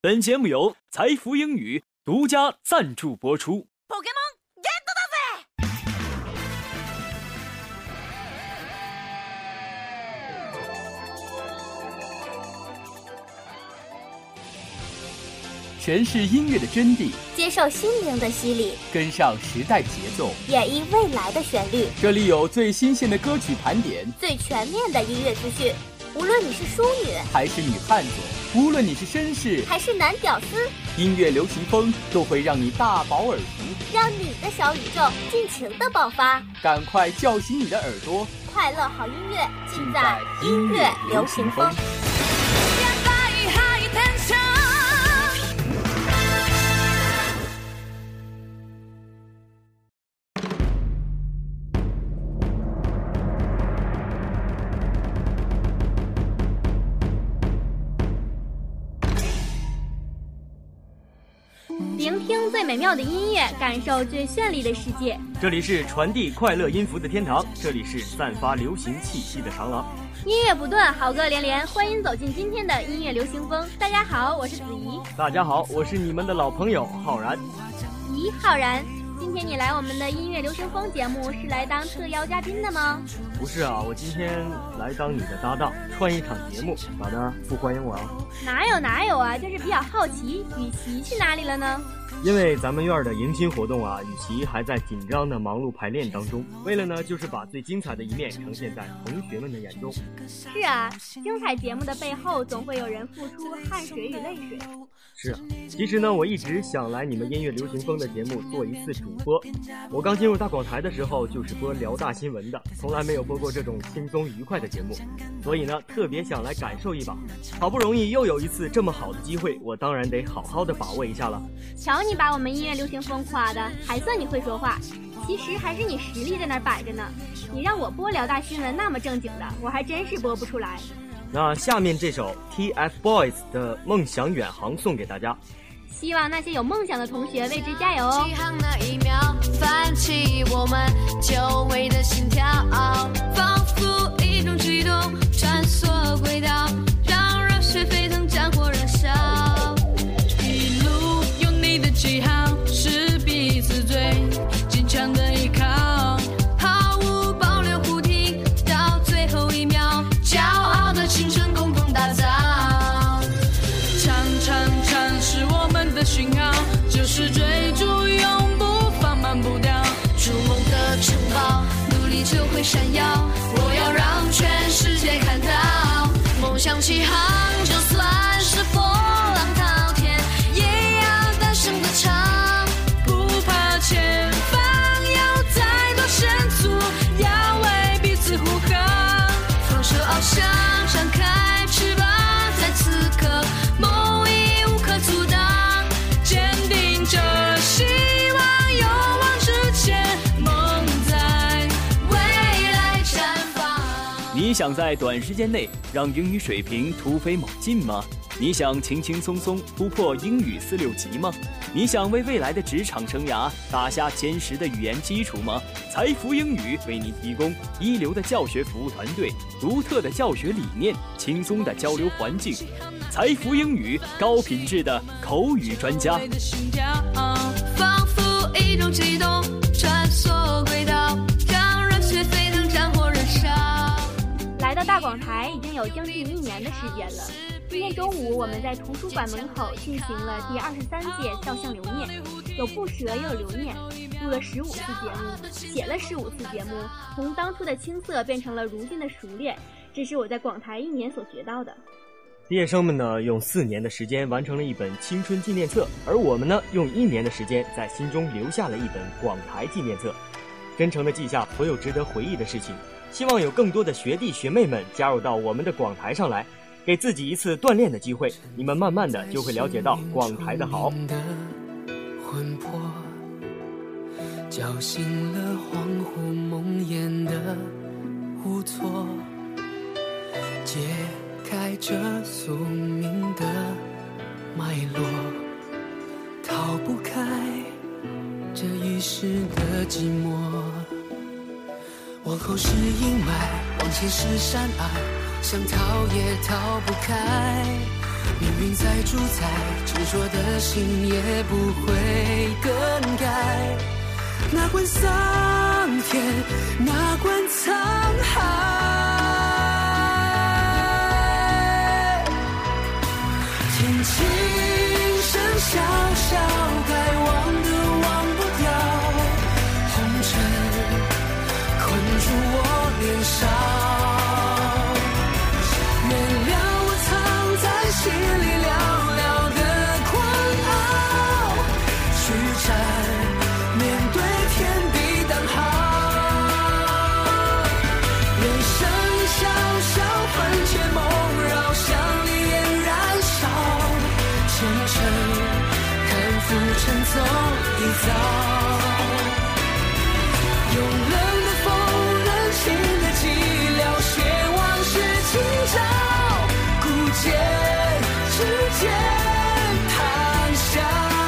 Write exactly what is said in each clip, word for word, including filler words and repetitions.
本节目由财富英语独家赞助播出。 Pokémon Getだぜ！ 诠释音乐的真谛， 接受心灵的洗礼， 跟上时代节奏， 演绎未来的旋律。 这里有最新鲜的歌曲盘点， 最全面的音乐资讯。无论你是淑女还是女汉子，无论你是绅士还是男屌丝， 音乐流行风都会让你大饱耳福， 让你的小宇宙尽情的爆发。 赶快叫醒你的耳朵， 快乐好音乐尽在音乐流行风。 聆听最美妙的音乐，感受最绚丽的世界。 这里是传递快乐音符的天堂，这里是散发流行气息的长廊。 音乐不断，好歌连连，欢迎走进今天的音乐流行风。大家好，我是子怡。 大家好，我是你们的老朋友浩然。 咦，浩然，今天你来我们的音乐流行风节目是来当特邀嘉宾的吗？ 不是啊，我今天来当你的搭档，串一场节目，咋的？不欢迎我啊？ 哪有哪有啊，就是比较好奇，雨琦去哪里了呢？ 因为咱们院的迎新活动啊，雨琦还在紧张的忙碌排练当中，为了呢就是把最精彩的一面呈现在同学们的眼中。 是啊，精彩节目的背后总会有人付出汗水与泪水。 是啊，其实呢我一直想来你们音乐流行风的节目做一次主播。我刚进入大广台的时候就是播辽大新闻的，从来没有播过这种轻松愉快的节目，所以呢特别想来感受一把。好不容易又有一次这么好的机会，我当然得好好的把握一下了。 瞧你把我们音乐流行风夸的，还算你会说话，其实还是你实力在那儿摆着呢。你让我播辽大新闻那么正经的，我还真是播不出来。 那下面这首 T F BOYS 的梦想远航送给大家， 希望那些有梦想的同学为之加油哦。 起航那一秒，泛起我们久违的心跳，仿佛一种悸动穿梭轨道，让热血沸腾，战火燃烧。一路有你的记号，是彼此最坚强的依靠，毫无保留不停到最后一秒，骄傲的青春共同打造。唱唱唱是我们的讯号，就是追逐永不放慢步调，筑梦的城堡努力就会闪耀，我要让全世界看到，梦想起航就算是风浪滔天也要大声的唱，不怕前方有再多险阻，要为彼此护航，放手翱翔，张开翅膀，在此刻梦已无可阻挡，坚定着希望，勇往直前，梦在未来绽放。 你想在短时间内让英语水平突飞猛进吗？你想轻轻松松突破英语四六级吗？你想为未来的职场生涯打下坚实的语言基础吗？财富英语为您提供一流的教学服务团队，独特的教学理念，轻松的交流环境。财富英语，高品质的口语专家。 仿佛一种悸动穿梭轨道，让热血沸腾，战火燃烧。 来到大广台已经有将近一年的时间了。今天中午我们在图书馆门口进行了第二十三届肖像留念，有不舍也有留念，录了十五次节目，写了十五次节目，从当初的青涩变成了如今的熟练，这是我在广台一年所学到的。 毕业生们呢，用四年的时间完成了一本青春纪念册，而我们呢，用一年的时间在心中留下了一本广台纪念册，真诚地记下所有值得回忆的事情。希望有更多的学弟学妹们加入到我们的广台上来，给自己一次锻炼的机会，你们慢慢的就会了解到广台的好。 魂魄叫醒了恍惚梦魇的无措，解开这宿命的脉络，逃不开这一世的寂寞。往后是阴霾，往前是山隘，想逃也逃不开， 命运再主宰，执着的心也不会更改。哪管桑田，哪管沧海，天晴声萧萧，该忘的忘不掉，红尘困住我年少。原谅我藏在心里寥寥的狂傲，去战面对天地当好。人生一小小魂牵梦绕，像烈焰燃烧，前程看浮沉走一遭。用冷的风，冷清的寂寥，写往事今朝，孤剑指尖谈笑。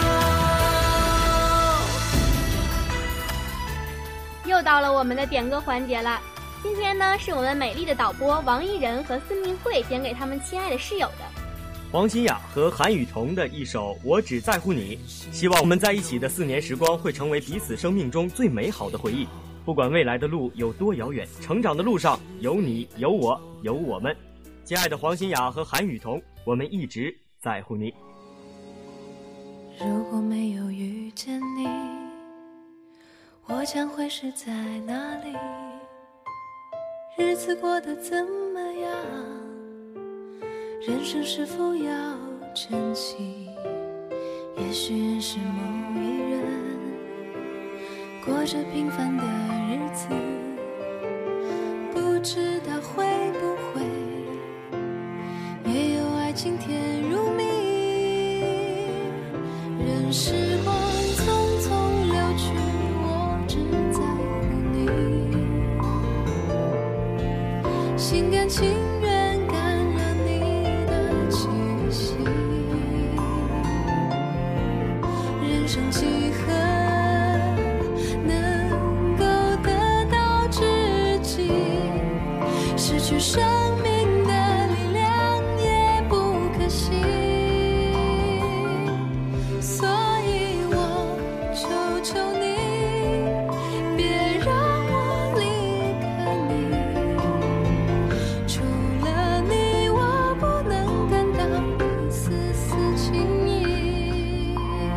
又到了我们的点歌环节了。今天呢，是我们美丽的导播王一仁和孙明慧点给他们亲爱的室友的。 黄欣雅和韩雨桐的一首《我只在乎你》，希望我们在一起的四年时光会成为彼此生命中最美好的回忆。不管未来的路有多遥远，成长的路上有你有我有我们。亲爱的黄欣雅和韩雨桐，我们一直在乎你。 如果没有遇见你，我将会是在哪里？日子过得怎么样？人生是否要珍惜？也许认识某一人，过着平凡的日子，不知道会不会也有爱情甜如蜜。任时光匆匆流去，我只在乎你，心甘情愿感染你的气息。人生几何能够得到知己，失去生命的力量也不可惜。所以我求求你，别让我离开你，除了你我不能感到一丝丝情意。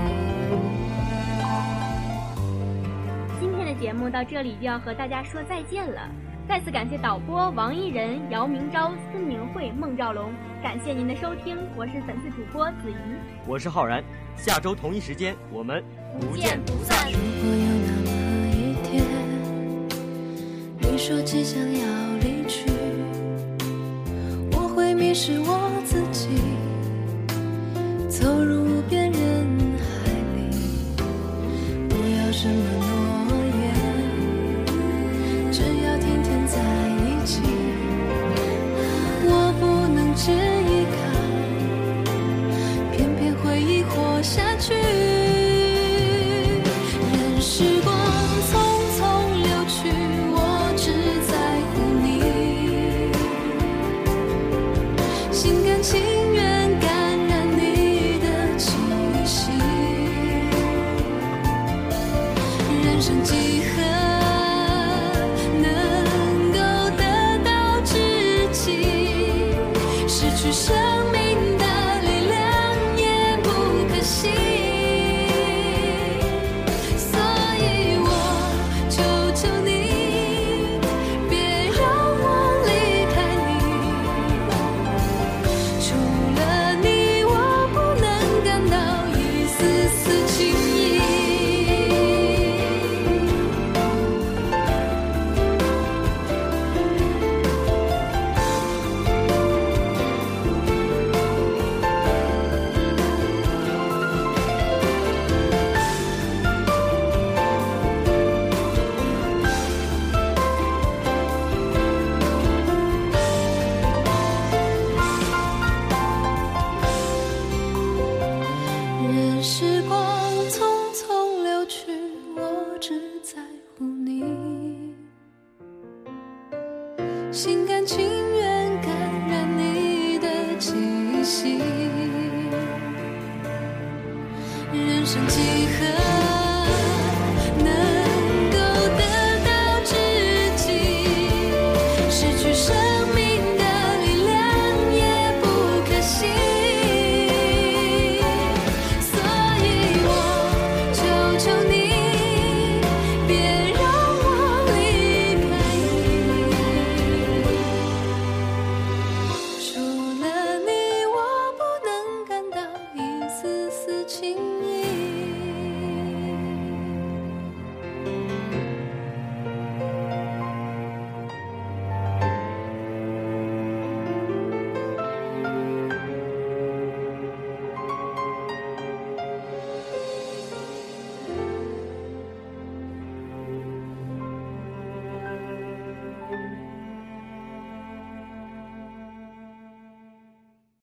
今天的节目到这里就要和大家说再见了。再次感谢导播王一仁、姚明昭、孙明慧、孟兆龙，感谢您的收听，我是粉丝主播子怡， 我是浩然，下周同一时间我们不见不散。 如果有那么一天，你说即将要离去，我会迷失我自己，走入无边人海里，不要什么诺言，只要天天在一起。我不能只依靠，偏偏回忆活下去。任时光匆匆流去，我只在乎你，心甘情愿感染你的气息。人生几何能够得到知己，失去生命的力量也不可惜。所以我求求你，别让我离开你，除了你我不能感到一丝丝情意。 人生几何？